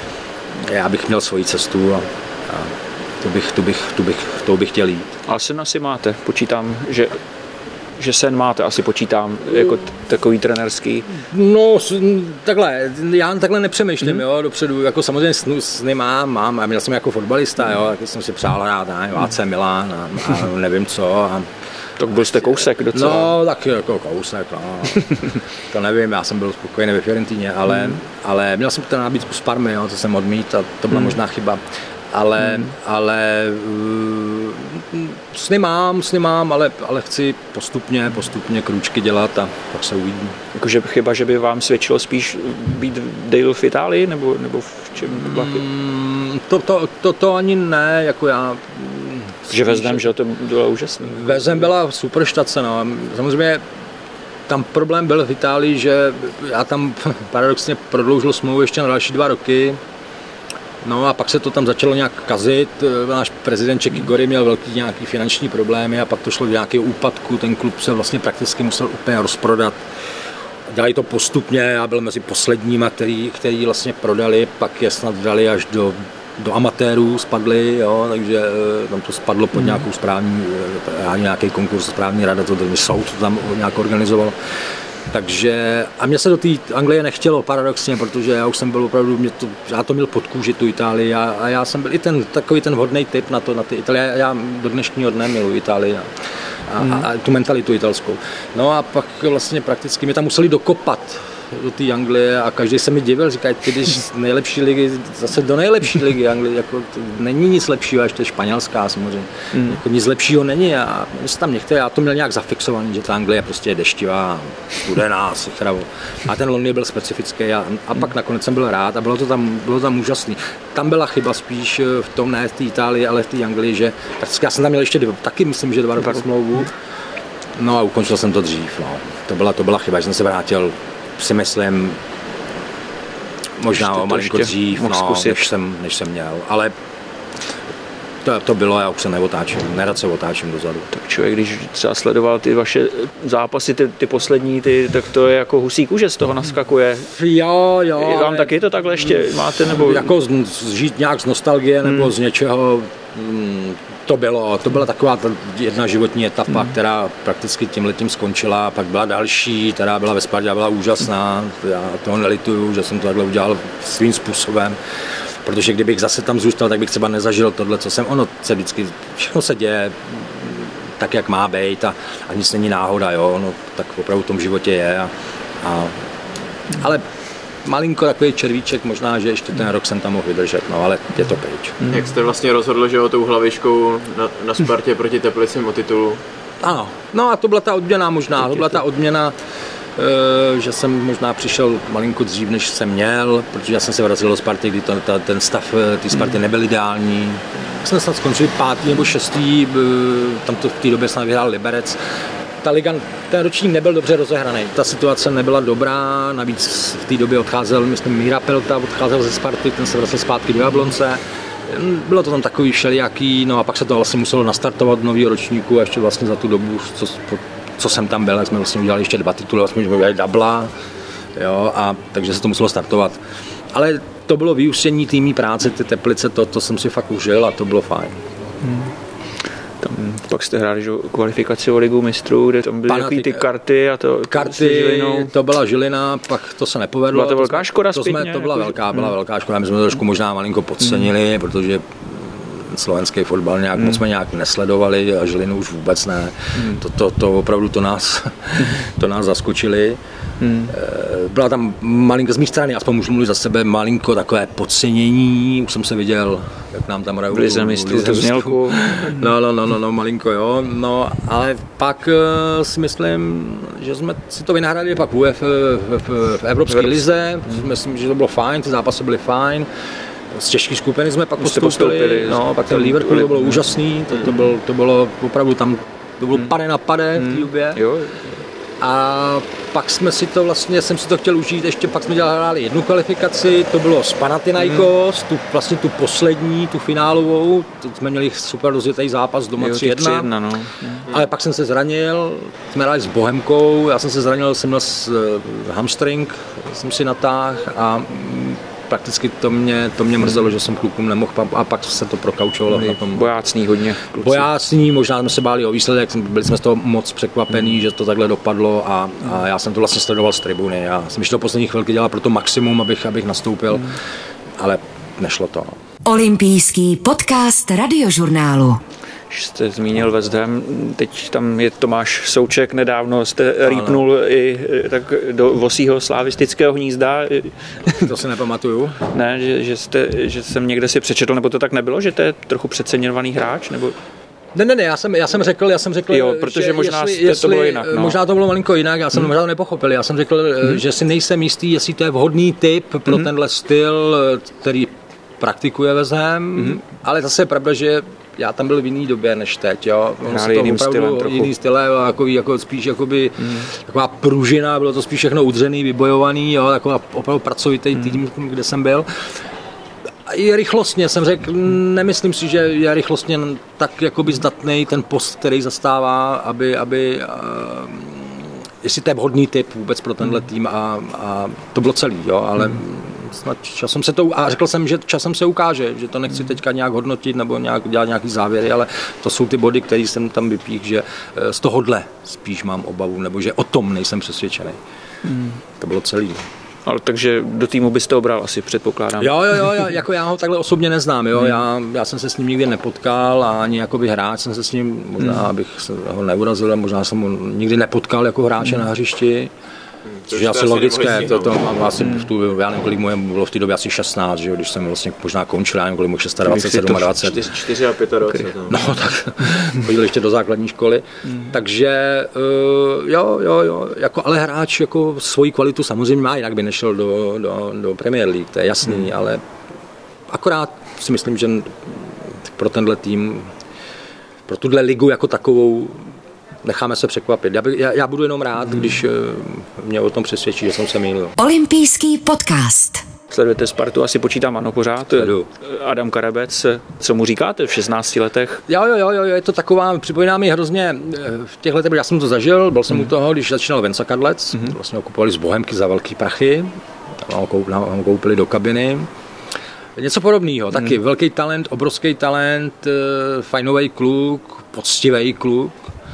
já bych měl svoji cestu a, a To bych, to bych, to bych, to bych chtěl jít. Ale sen asi máte, počítám, že, že sen máte, asi počítám, jako t- takový trenérský. No, takhle, já takhle nepřemýšlím, mm. jo, dopředu, jako samozřejmě sny, sny mám, mám, a měl jsem jako fotbalista, jo, taky jsem si přál hrát, nevím, A C Milan a, a nevím co, a, Tak byl jste kousek docela. No, tak jako kousek, no. To nevím, já jsem byl spokojený ve Fiorentíně, ale, hmm. ale měl jsem ten nabídku z Parmy, jo, to jsem odmít a to byla hmm. možná chyba. Ale, hmm. ale uh, sny mám, sny mám, ale, ale chci postupně, postupně krůčky dělat a pak se uvidí. Jakože chyba, že by vám svědčilo spíš být déle v Itálii, nebo, nebo v čem byla chyba? Mm, to, to, to, to ani ne, jako já... Že Vezem, že to bylo úžasné. Vezem byla super štace, no. Samozřejmě tam problém byl v Itálii, že já tam paradoxně prodloužil smlouvu ještě na další dva roky. No a pak se to tam začalo nějak kazit, náš prezident Čeky Gory měl velký nějaký finanční problémy a pak to šlo do nějakého úpadku, ten klub se vlastně prakticky musel úplně rozprodat. Dělali to postupně, já byl mezi posledníma, který, který vlastně prodali, pak je snad dali až do, do amatérů, spadli, jo, takže tam to spadlo pod nějakou správní, nějaký konkurs, správní rada, to ten soud to tam nějak organizoval. Takže, a mě se do té Anglie nechtělo paradoxně, protože já už jsem byl opravdu, mě to, já to měl pod kůži tu Itálii a, a já jsem byl i ten takový ten vhodný typ na to, na ty Itálie, já do dnešního dne miluji Itálii a, a, mm. a, a tu mentalitu italskou. No a pak vlastně prakticky mě tam museli dokopat do té Anglie a každý se mi divil, říkají, ty jdeš z nejlepší ligy zase do nejlepší ligy Anglie, jako to není nic lepšího, až to je španělská samozřejmě, mm. jako nic lepšího není a mě se tam nechtěli, já to měl nějak zafixovaný, že ta Anglie prostě je deštivá, studená, a ten Londýn byl specifický a, a pak nakonec jsem byl rád a bylo to tam, bylo tam úžasný. Tam byla chyba spíš v tom, ne v té Itálii, ale v té Anglii, že já jsem tam měl ještě dva, taky myslím, že dva roky smlouvu, no a ukončil jsem to dřív, no. To byla, to byla chyba, že jsem se vrátil, si myslím, možná o malinko dřív, no, než, jsem, než jsem měl, ale to, to bylo, já už se neotáčím, nerad se otáčím dozadu. Tak člověk, když třeba sledoval ty vaše zápasy, ty, ty poslední, ty, tak to je jako husí kůže z toho naskakuje. Jo, jo. Vám taky to takhle ještě máte? Nebo... Jako z, žít nějak z nostalgie nebo hmm. z něčeho, to bylo, to byla taková jedna životní etapa, hmm. která prakticky tímhletím skončila, pak byla další, která byla ve Spartě, byla úžasná, já toho nelituju, že jsem to takhle udělal svým způsobem, protože kdybych zase tam zůstal, tak bych třeba nezažil tohle, co jsem, ono se vždycky, všechno se děje tak, jak má být a, a nic není náhoda, jo, no, tak opravdu v tom životě je a, a ale malinko takový červíček, možná, že ještě ten rok jsem tam mohl vydržet, no ale je to pryč. Hmm. Jak jste vlastně rozhodl, že o tou hlavičkou na, na Spartě proti Teplicím o titulu? Ano, no a to byla ta odměna možná, to byla ta odměna, e, že jsem možná přišel malinko dřív, než jsem měl, protože já jsem se vracel do Sparty, kdy to, ta, ten stav té Sparty hmm. nebyl ideální. Jsme snad skončili pátý nebo šestý, tam to v té době snad vyhrál Liberec. Ta liga, ten ročník nebyl dobře rozehraný, ta situace nebyla dobrá, navíc v té době odcházel, myslím, Míra Pelta, odcházel ze Sparty, ten se vracel zpátky do Jablonce. Bylo to tam takový všelijaký, no a pak se to vlastně muselo nastartovat v nového ročníku a ještě vlastně za tu dobu, co, co jsem tam byl, tak jsme vlastně udělali ještě dva tituly, vlastně jsme udělali dubla, jo, a takže se to muselo startovat. Ale to bylo vyústění týmí práce, ty Teplice, to, to jsem si fakt užil a to bylo fajn. Hmm. Tam pak jste hráli že, kvalifikaci o ligu mistrů, kde tam byly takový ty karty a to... Karty, to byla Žilina, pak to se nepovedlo. Byla to velká škoda to zpětně? Jsme, to byla jako, velká, byla hmm. velká škoda, my jsme to trošku možná malinko podcenili, hmm. protože slovenský fotbal nějak hmm. moc jsme nějak nesledovali a Žilinu už vůbec ne. Hmm. To, to, to opravdu to nás, to nás zaskočili. Hmm. Byla tam malinko z mé strany, aspoň můžu mluvit za sebe, malinko takové podcenění, už jsem se viděl, jak nám tam hrajou. V lize mistrů, to znělku. No, no, no, no, no, malinko, jo, no, ale pak uh, si myslím, že jsme si to vynahradili pak v, v, v, v Evropské lize, hmm. myslím, že to bylo fajn, ty zápasy byly fajn. Z těžké skupiny jsme pak postoupili, postoupili, no, pak ten Liverpool to bylo úžasný, to, to, bylo, to bylo opravdu tam, to bylo hmm. pade na pade v té době. Jo. A pak jsme si to vlastně, jsem si to chtěl užít, ještě pak jsme dělali jednu kvalifikaci, to bylo s Panathinaikos, hmm. tu, vlastně tu poslední, tu finálovou, to jsme měli super rozjetý zápas doma tři jedna, no. ale pak jsem se zranil, jsme hráli s Bohemkou, já jsem se zranil, jsem měl hamstring, jsem si natáhl a prakticky to mě, to mě mrzelo, že jsem klukům nemohl a pak se to prokaučovalo. Na tom. Bojácný hodně. Kluci. Bojácný, možná jsme se báli o výsledek, byli jsme z toho moc překvapení, hmm. že to takhle dopadlo a, a já jsem to vlastně sledoval z tribuny. Já jsem ještě do poslední chvilky dělal pro to maximum, abych, abych nastoupil, hmm. ale nešlo to. Olympijský podcast Radiožurnálu. jste zmínil West Ham, teď tam je Tomáš Souček, nedávno jste rýpnul i tak do vosího slavistického hnízda. To si nepamatuju. Ne, že, že, jste, že jsem někde si přečetl, nebo to tak nebylo, že to je trochu přeceňovaný hráč, nebo... Ne, ne, ne, já jsem, já jsem řekl, já jsem řekl, jo, protože že možná jestli, to jestli, bylo jinak. No. Možná to bylo malinko jinak, já jsem hmm. možná to nepochopil. Já jsem řekl, hmm. že si nejsem jistý, jestli to je vhodný typ pro hmm. tenhle styl, který praktikuje West Ham, hmm. ale zase je pravda, že já tam byl v jiný době než teď, jo. On se to opravdu jiný stylem, takový, jako spíš jakoby, hmm. taková pružina, bylo to spíš všechno udřený, vybojovaný, jo, taková opravdu pracovitý hmm. tým, kde jsem byl. I rychlostně jsem řekl, nemyslím si, že je rychlostně tak jakoby zdatný ten post, který zastává, aby, aby uh, jestli to je vhodný typ vůbec pro tenhle tým a, a to bylo celý, jo, ale hmm. snad časem se to, a řekl jsem, že časem se ukáže, že to nechci teďka nějak hodnotit nebo nějak dělat nějaký závěry, ale to jsou ty body, které jsem tam vypíchl, že z tohohle spíš mám obavu, nebo že o tom nejsem přesvědčený. Hmm. To bylo celý. Ale takže do týmu byste ho bral asi, předpokládám. Jo, jo, jo, jako já ho takhle osobně neznám, jo, hmm. já, já jsem se s ním nikdy nepotkal a ani jakoby hráč jsem se s ním, možná hmm. abych ho neurazil, možná jsem ho nikdy nepotkal jako hráče hmm. na hřišti. Což je asi logické, to, to mám asi hmm. v tu, já nevím, kolik mu bylo v té době asi šestnáct, že jo, když jsem vlastně možná končil, já nevím, kolik mu dvacet šest, dvacet sedm. čtyři a dvacet pět. No tak chodil ještě do základní školy, hmm. takže uh, jo, jo, jo, jako, ale hráč jako svoji kvalitu samozřejmě má, jinak by nešel do, do, do Premier League, to je jasný, hmm. ale akorát si myslím, že pro tenhle tým, pro tuhle ligu jako takovou necháme se překvapit. Já, by, já, já budu jenom rád, když mě o tom přesvědčí, že jsem se mýlil. Olympijský podcast. Sledujete Spartu, asi počítám, ano, pořád. Sledu. Adam Karabec, co mu říkáte v šestnácti letech? Jo, jo, jo, jo, je to taková, připomíná mi hrozně v těch letech, já jsem to zažil, byl jsem mm. u toho, když začínal Venca Kadlec, mm. vlastně ho kupovali z Bohemky za velký prachy, tam ho koupili do kabiny. Něco podobného, taky mm. velký talent, obrovský talent, fajnový kluk, poctivý kluk.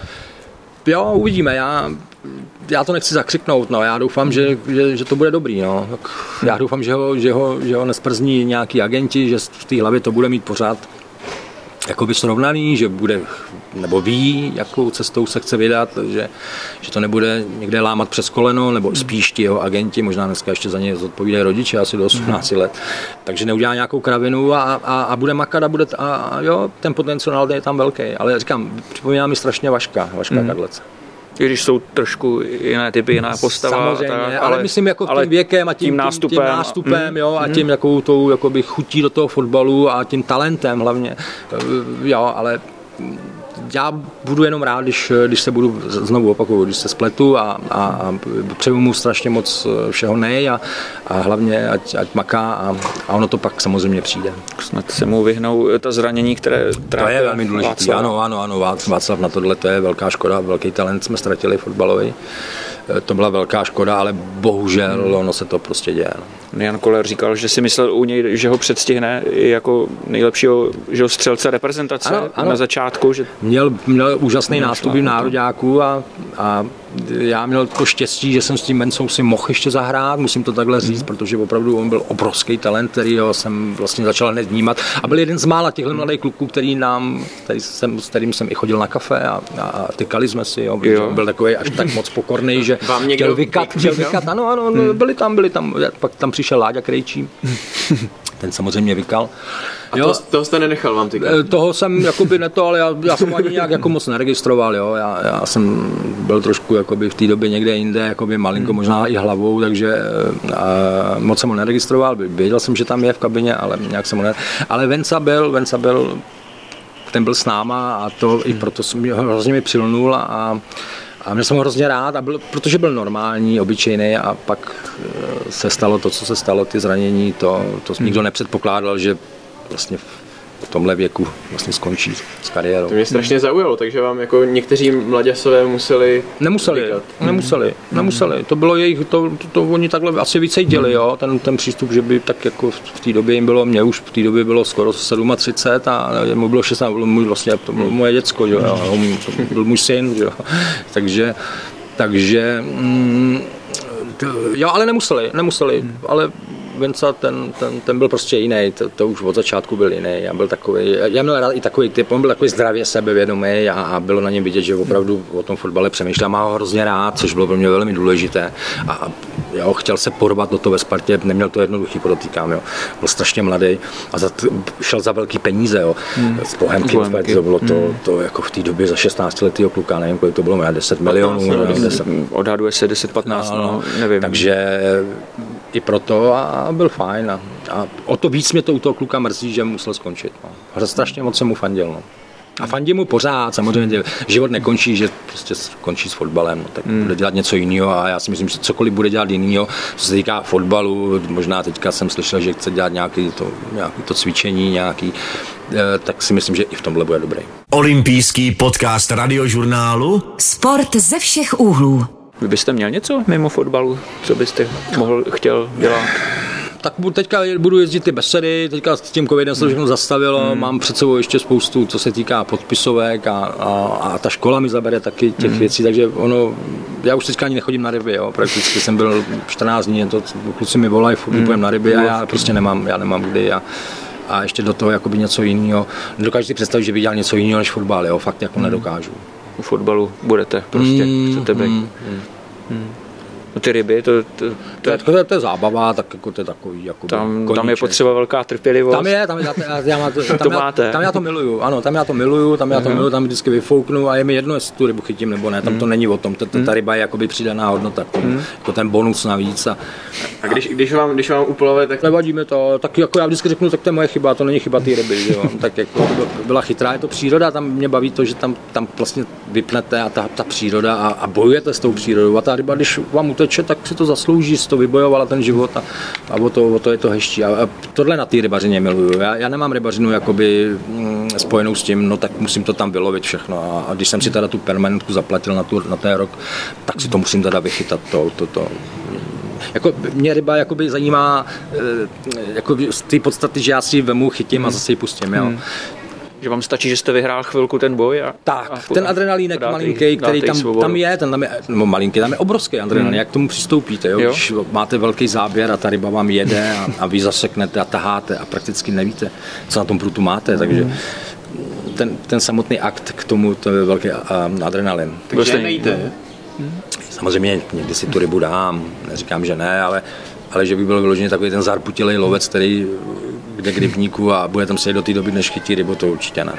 Jo, uvidíme, já, já to nechci zakřiknout, no, já doufám, že, že, že to bude dobrý, no. Tak já doufám, že ho, že, ho, že ho nesprzní nějaký agenti, že v té hlavě to bude mít pořád jakoby srovnaný, že bude, nebo ví, jakou cestou se chce vydat, že, že to nebude někde lámat přes koleno, nebo spíš ti jeho agenti, možná dneska ještě za něj zodpovídají rodiče, asi do osmnácti let, takže neudělá nějakou kravinu a, a, a bude makat a bude, a, a jo, ten potenciál je tam velký, ale říkám, připomíná mi strašně Vaška, Vaška mm. Kadlec. I když jsou trošku jiné typy, jiná postava. Samozřejmě, tak, ale, ale myslím jako tím věkem a tím, tím nástupem, tím nástupem mm, jo, a tím mm. jakou tou jakoby chutí do toho fotbalu a tím talentem hlavně. Jo, ale já budu jenom rád, když, když se budu znovu opakuju, když se spletu a, a, a přeju mu strašně moc všeho nej a, a hlavně ať, ať maká a, a ono to pak samozřejmě přijde. Snad se mu vyhnou ta zranění, které trápí. To je velmi důležité. Ano, ano, ano, Václav na tohle to je velká škoda, velký talent jsme ztratili fotbalový. To byla velká škoda, ale bohužel hmm. ono se to prostě děje. Jan Koller říkal, že si myslel u něj, že ho předstihne jako nejlepšího že ho střelce reprezentace ano, ano. na začátku. Že... Měl, měl úžasný nástup v nároďáku a, a já měl to štěstí, že jsem s tím Vencou si mohl ještě zahrát, musím to takhle říct, hmm. protože opravdu on byl obrovský talent, kterýho jsem vlastně začal hned vnímat a byl jeden z mála těchto mladých kluků, který nám, který jsem, s kterým jsem i chodil na kafe a, a, a tykali jsme si, jo, jo. On byl takový až tak moc pokorný, že chtěl vykat, chtěl vykat, ano, ano, hmm. byli tam, byli tam, pak tam přišel Láďa Krejčí, ten samozřejmě vykal. A to, toho jste nenechal vám tykat? Toho jsem jakoby ne to, ale já, já jsem ani nějak jako moc neregistroval, jo. Já, já jsem byl trošku jakoby v té době někde jinde, jakoby malinko možná i hlavou, takže a, moc jsem ho neregistroval, věděl jsem, že tam je v kabině, ale nějak jsem ho ne... Ale Venca byl, Venca byl, ten byl s náma a to i proto jsem ho hrozně mi přilnul a A měl jsem ho hrozně rád, a byl, protože byl normální, obyčejný a pak se stalo to, co se stalo, ty zranění, to, to hmm. nikdo nepředpokládal, že vlastně v tomhle věku vlastně skončí s kariérou. To mě strašně zaujalo, takže vám jako někteří mladěsové museli... Nemuseli, vykat. nemuseli, hmm. nemuseli. To bylo jejich, to, to, to oni takhle asi více děli, jo, ten, ten přístup, že by tak jako v té době jim bylo, mě už v té době bylo skoro třicet sedm a mu bylo šestnáct, bylo můj, vlastně, to bylo moje děcko, jo, a on, to byl můj syn, jo, takže, takže, mm, to, jo, ale nemuseli, nemuseli, ale Vinca, ten, ten, ten byl prostě jiný, to, to už od začátku byl jiný. Já byl takový, já měl rád i takový typ, on byl takový zdravě sebevědomý a, a bylo na něm vidět, že opravdu o tom fotbale přemýšlel. Má ho hrozně rád, což bylo pro mě velmi důležité. A jo, chtěl se porvat do toho ve Spartě, neměl to jednoduchý, podotýkám, jo. Byl strašně mladý a za, šel za velký peníze, jo. Hmm. Z Bohemky, to bylo to, hmm. to jako v té době za šestnáctiletýho kluka, nevím, kolik to bylo, možná deset milionů. Odhaduje se deset patnáct, no, no, nevím. Takže i proto a byl fajn. A, a o to víc mě to u toho kluka mrzí, že musel skončit. No. Strašně moc jsem mu fandil. No. A fandím mu pořád, samozřejmě život nekončí, že prostě končí s fotbalem, no, tak hmm. bude dělat něco jiného a já si myslím, že cokoliv bude dělat jiného, co se týká fotbalu, možná teďka jsem slyšel, že chce dělat nějaké to, nějaký to cvičení, nějaký, tak si myslím, že i v tomhle bude dobrý. Olympijský podcast Radiožurnálu. Sport ze všech úhlů. Vy byste měl něco mimo fotbalu, co byste mohl, chtěl dělat? Tak teďka budu jezdit ty besedy, teďka s tím covidem se to všechno zastavilo, hmm. mám před sebou ještě spoustu, co se týká podpisovek a, a, a ta škola mi zabere taky těch hmm. věcí, takže ono, já už teďka ani nechodím na ryby, jo, prakticky jsem byl čtrnáct dní, to, kluci mi volají, furt hmm. na ryby a já prostě nemám, já nemám kdy a, a ještě do toho jakoby něco jiného, nedokážu si představit, že by dělal něco jiného než fotbal, jo, fakt jako hmm. nedokážu. U fotbalu budete prostě, hmm. chcete být. Hmm. Hmm. No ty ryby, to, to, to, to, to, to je zábava, tak jako to je takový jako tam, tam je potřeba velká trpělivost. Tam je, tam, je, já, já, já, tam, to já, máte. tam já to miluju, ano, tam já to miluju, tam já to miluju, tam vždycky vyfouknu a je mi jedno, jestli tu rybu chytím nebo ne, tam hmm. to není o tom, ta, ta, ta ryba je jakoby přidaná hodnota, hmm. jako ten bonus navíc. A, a když, když vám, když vám uplave, tak... Nevadí mi to, tak jako já vždycky řeknu, tak to je moje chyba, to není chyba té ryby, že jo, tak jako byla chytrá, je to příroda, tam mě baví to, že tam, tam vlastně vypnete a ta, ta příroda a, a bojujete s tou přírodou a ta ryba, když vám uteče, tak si to zaslouží, si to vybojovala ten život a, a o, to, o to je to hezčí. A, a tohle na té rybařině miluju. Já, já nemám rybařinu jakoby mm, spojenou s tím, no tak musím to tam vylovit všechno. A, a když jsem si teda tu permanentku zaplatil na, tu, na ten rok, tak si to musím teda vychytat. To, to, to. Jako, mě ryba jakoby zajímá jako z té podstaty, že já si ji vemu, chytím hmm. a zase ji pustím. Jo. Hmm. Že vám stačí, že jste vyhrál chvilku ten boj a... Tak, a ten adrenalínek malinký, který tam, tam je, ten tam je, no malinký, tam je obrovský adrenalín, hmm. jak k tomu přistoupíte, jo? Jo? Když máte velký záběr a ta ryba vám jede a, a vy zaseknete a taháte a prakticky nevíte, co na tom prutu máte, hmm. takže ten, ten samotný akt k tomu, to je velký adrenalin. Takže nejde. Hmm. Samozřejmě někdy si tu rybu dám, neříkám, že ne, ale, ale že by byl vyloženě takový ten zarputilej lovec, který kde k rybníku a bude tam sedět do té doby, než chytí rybu, to určitě ne.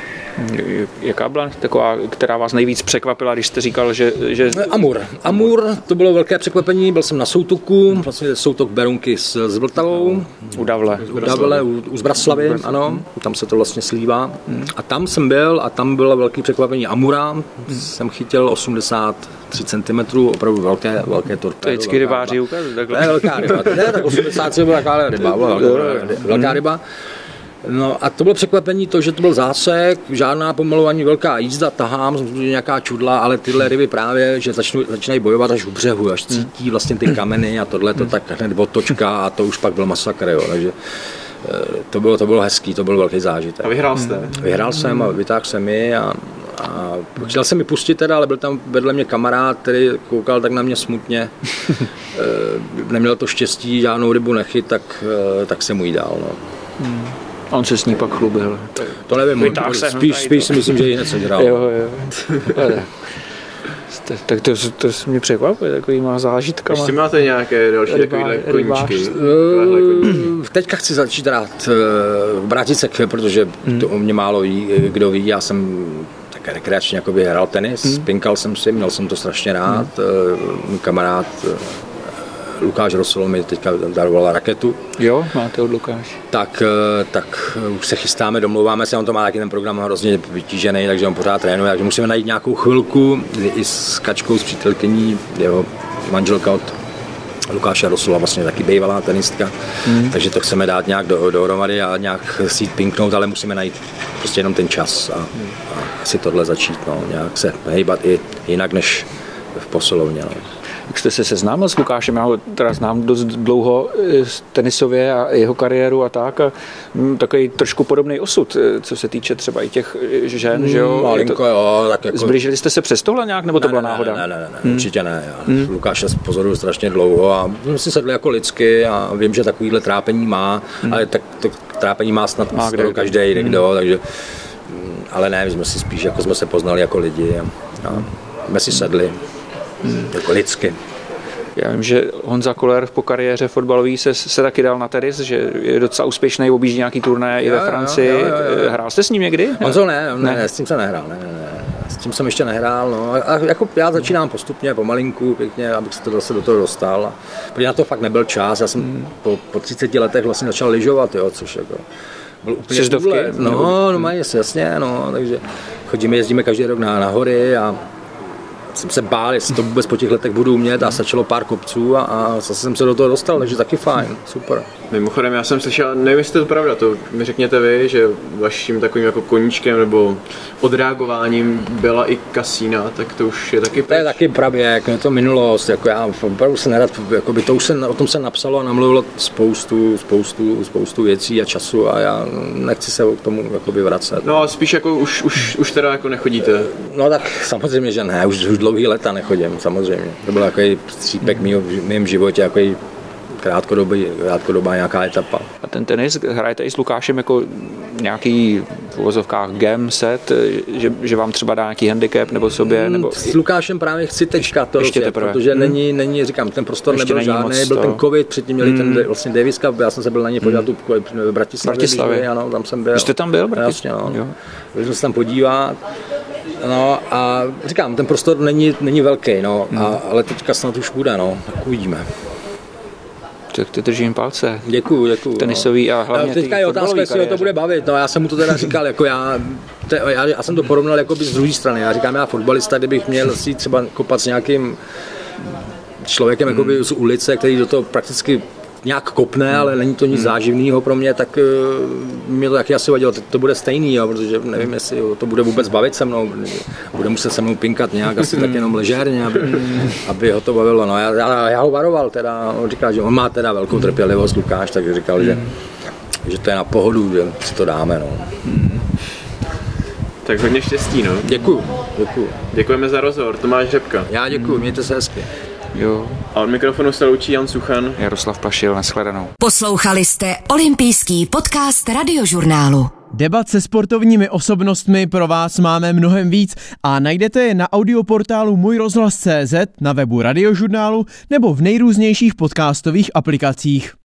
Jaká byla taková, která vás nejvíc překvapila, když jste říkal, že... že... Amur. Amur, to bylo velké překvapení, byl jsem na soutoku, vlastně soutok Berunky s, s Vltavou. U Davle. U Davle, u, u Zbraslavy, ano, tam se to vlastně slívá. A tam jsem byl a tam bylo velké překvapení Amura, jsem chytil osmdesát tři centimetrů, opravdu velké, velké torpédo. To vždycky rybáři ukazují takhle. Ne, velká ryba, ne, tak osmdesát tři byla taková ryba, byla velká, velká ryba. No a to bylo překvapení to, že to byl zásek, žádná pomalu ani velká jízda, tahám, nějaká čudla, ale tyhle ryby právě, že začnou, začínají bojovat až u břehu, až cítí vlastně ty kameny a tohle to tak hned otočka a to už pak byl masakr, jo, takže to bylo, to bylo hezký, to byl velký zážitek. A vyhrál jste? Vyhrál jsem a vytáhl jsem ji a, a chtěl jsem mi pustit teda, ale byl tam vedle mě kamarád, který koukal tak na mě smutně, neměl to štěstí, žádnou rybu nechyt, tak, tak jsem mu jí dal, no. Hmm. On se s ní pak chlubil. To nevím, spíš, spíš si myslím, že ji hned sežral. Jo, jo. Tak to, to mě překvapuje, takovýma zážitkama. Ještě máte nějaké další takovýhle koníčky? Teďka chci začít rád vrátit se k, protože to o mě málo ví, kdo ví, já jsem také rekreačně jakoby hrál tenis, hmm. pinkal jsem si, měl jsem to strašně rád, hmm. můj kamarád Lukáš Rosol mi teďka daroval raketu. Jo, máte od Lukáš. Tak, tak už se chystáme, domlouváme se, on to má taky ten program hrozně vytížený, takže on pořád trénuje, takže musíme najít nějakou chvilku i s Kačkou, s přítelkyní, jeho manželka od Lukáše Rosola, vlastně taky bývalá tenistka, mm. takže to chceme dát nějak do, dohromady a nějak si jít pinknout, ale musíme najít prostě jenom ten čas a, a si tohle začít, no, nějak se hejbat i jinak než v posilovně. No. Jak jste se seznámil s Lukášem? Já ho teda znám dost dlouho tenisově a jeho kariéru a tak. A takový trošku podobný osud, co se týče třeba i těch žen, mm, že jo? Malinko, to, jo. Tak jako... Zblížili jste se přes tohle nějak, nebo to ne, byla ne, náhoda? Ne, ne, ne, ne hmm. určitě ne. Já hmm. Lukáše pozoruju strašně dlouho a jsme si sedli jako lidsky a vím, že takovýhle trápení má, hmm. ale tak to trápení má snad má skoro každý někdo, hmm. takže ale ne, my jsme si spíš jako jsme se poznali jako lidi a, a jsme si sedli hmm. jako lidsky. Já vím, že Honza Koller po kariéře fotbalový se, se taky dal na tenis, že je docela úspěšný, objíždí nějaký turné i ve Francii. Jo, jo, jo, jo. Hrál jste s ním někdy? Honzo ne, ne, ne, s tím jsem nehrál, ne, ne, ne. S tím jsem ještě nehrál, no. A jako já začínám postupně, pomalinku, pěkně, abych se to zase do toho dostal. Protože na to fakt nebyl čas, já jsem hmm. po, po třiceti letech vlastně začal lyžovat, jo, což jako byl úplně Sjezdovky? No, no mají, jasně, no, takže chodíme, jezdíme každý rok na, na hory a jsem se bál, jestli to vůbec po těch letech budu umět a stačilo pár kopců a, a zase jsem se do toho dostal, takže taky fajn, super. Mimochodem, já jsem slyšel, nevím, jestli to je pravda, to mi řekněte vy, že vaším takovým jako koníčkem nebo odreagováním byla i kasína, tak to už je taky pryč. To je taky pravěk, je to minulost, jako já opravdu se nerad, jako by to už se, o tom se napsalo a namluvilo spoustu, spoustu, spoustu věcí a času a já nechci se k tomu jakoby vracet. No a spíš jako už, už, už teda jako nechodíte. No tak samozřejmě, že ne, už, už dlouhý leta nechodím, samozřejmě. To byl takový střípek v mém životě, takový krátkodobý, krátkodobá nějaká etapa. A ten tenis hrajete i s Lukášem jako nějaký v uvozovkách game set, že, že vám třeba dá nějaký handicap nebo sobě? Nebo... S Lukášem právě chci teďka to ještě rozjet, protože hmm. není, není, říkám, ten prostor ještě nebyl žádný, byl to... ten covid, předtím měli hmm. ten vlastně Davis Cup, já jsem se byl na něj podívat hmm. v Bratislavě, Bratislavě. Ano, tam jsem byl. Vy jste tam byl? Jasně, no. Byl jsem se tam podívat. No a říkám, ten prostor není, není velký, no, hmm. a, ale teďka snad už bude, no, tak uvidíme. Tak ty držím palce. Děkuju, děkuju. Tenisový a hlavně no, teďka je otázka, jestli ho to bude bavit. No, já jsem mu to teda říkal, jako já, te, já, já jsem to porovnal jako by z druhé strany. Já říkám, já fotbalista, kdybych měl si třeba kopat s nějakým člověkem hmm. jakoby z ulice, který do toho prakticky nějak kopne, hmm. ale není to nic hmm. záživného pro mě, tak uh, mě to taky asi vadilo. Teď to bude stejný, jo, protože nevím, jestli to bude vůbec bavit se mnou. Bude muset se mnou pinkat nějak, asi tak jenom ležérně, aby, aby ho to bavilo. No, já, já, já ho varoval, teda, on říkal, že on má teda velkou trpělivost, Lukáš, takže říkal, že, že to je na pohodu, že si to dáme. No. Hmm. Tak hodně štěstí, no. Děkuju, děkuju. Děkujeme za rozhovor, Tomáš Řepka. Já děkuju, mějte se hezky. Jo. A od mikrofonu se loučí Jan Suchan. Jaroslav Pašil, nashledanou. Poslouchali jste olympijský podcast Radiožurnálu. Debat se sportovními osobnostmi pro vás máme mnohem víc a najdete je na audioportálu můj rozhlas tečka cé zet, na webu Radiožurnálu nebo v nejrůznějších podcastových aplikacích.